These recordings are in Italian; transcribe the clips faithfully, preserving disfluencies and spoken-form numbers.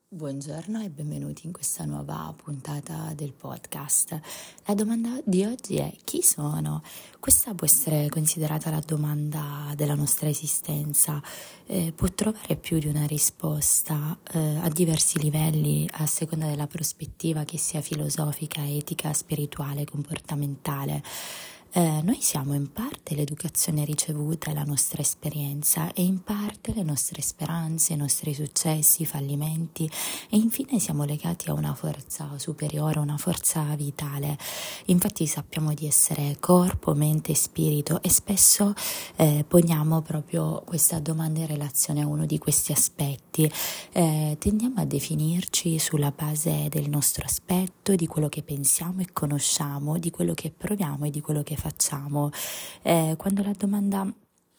Buongiorno e benvenuti in questa nuova puntata del podcast. La domanda di oggi è: chi sono? Questa può essere considerata la domanda della nostra esistenza. Eh, può trovare più di una risposta eh, a diversi livelli, a seconda della prospettiva, che sia filosofica, etica, spirituale, comportamentale. Eh, noi siamo in parte l'educazione ricevuta e la nostra esperienza, e in parte le nostre speranze, i nostri successi, i fallimenti, e infine siamo legati a una forza superiore, una forza vitale. Infatti sappiamo di essere corpo, mente e spirito, e spesso eh, poniamo proprio questa domanda in relazione a uno di questi aspetti. Eh, tendiamo a definirci sulla base del nostro aspetto, di quello che pensiamo e conosciamo, di quello che proviamo e di quello che facciamo. Eh, quando la domanda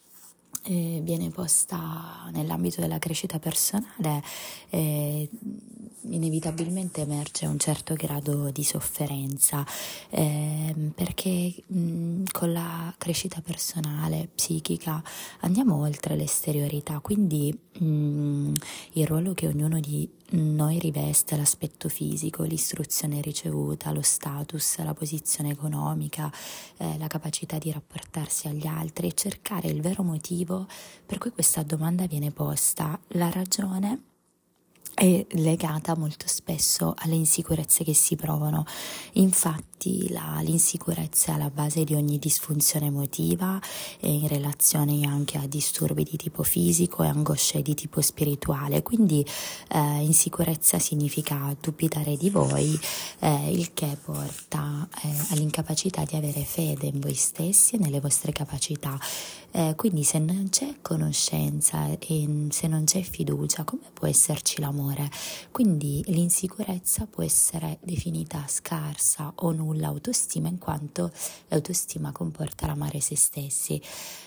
eh, viene posta nell'ambito della crescita personale, eh, inevitabilmente emerge un certo grado di sofferenza, eh, perché mh, con la crescita personale, psichica, andiamo oltre l'esteriorità, quindi mh, il ruolo che ognuno di noi riveste, l'aspetto fisico, l'istruzione ricevuta, lo status, la posizione economica, eh, la capacità di rapportarsi agli altri, e cercare il vero motivo per cui questa domanda viene posta. La ragione è legata molto spesso alle insicurezze che si provano. Infatti la, l'insicurezza è alla base di ogni disfunzione emotiva, e in relazione anche a disturbi di tipo fisico e angosce di tipo spirituale. Quindi eh, insicurezza significa dubitare di voi, eh, il che porta eh, all'incapacità di avere fede in voi stessi e nelle vostre capacità. Eh, quindi se non c'è conoscenza e se non c'è fiducia, come può esserci l'amore? Quindi l'insicurezza può essere definita scarsa o nulla autostima, in quanto l'autostima comporta l'amare se stessi.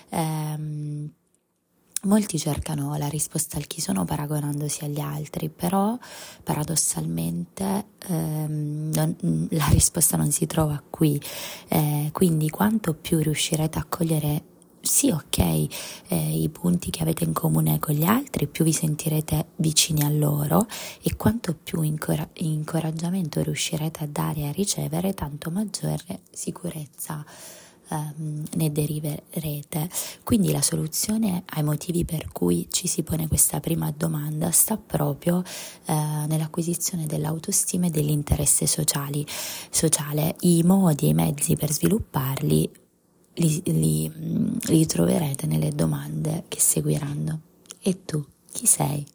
Ehm, Molti cercano la risposta al chi sono paragonandosi agli altri, però paradossalmente ehm, non, la risposta non si trova qui. Eh, quindi quanto più riuscirete a cogliere, sì, ok, eh, i punti che avete in comune con gli altri, più vi sentirete vicini a loro, e quanto più incora- incoraggiamento riuscirete a dare e a ricevere, tanto maggiore sicurezza ehm, ne deriverete. Quindi la soluzione ai motivi per cui ci si pone questa prima domanda sta proprio eh, nell'acquisizione dell'autostima e dell'interesse sociali, sociale. I modi e i mezzi per svilupparli Li, li, li troverete nelle domande che seguiranno. E tu, chi sei?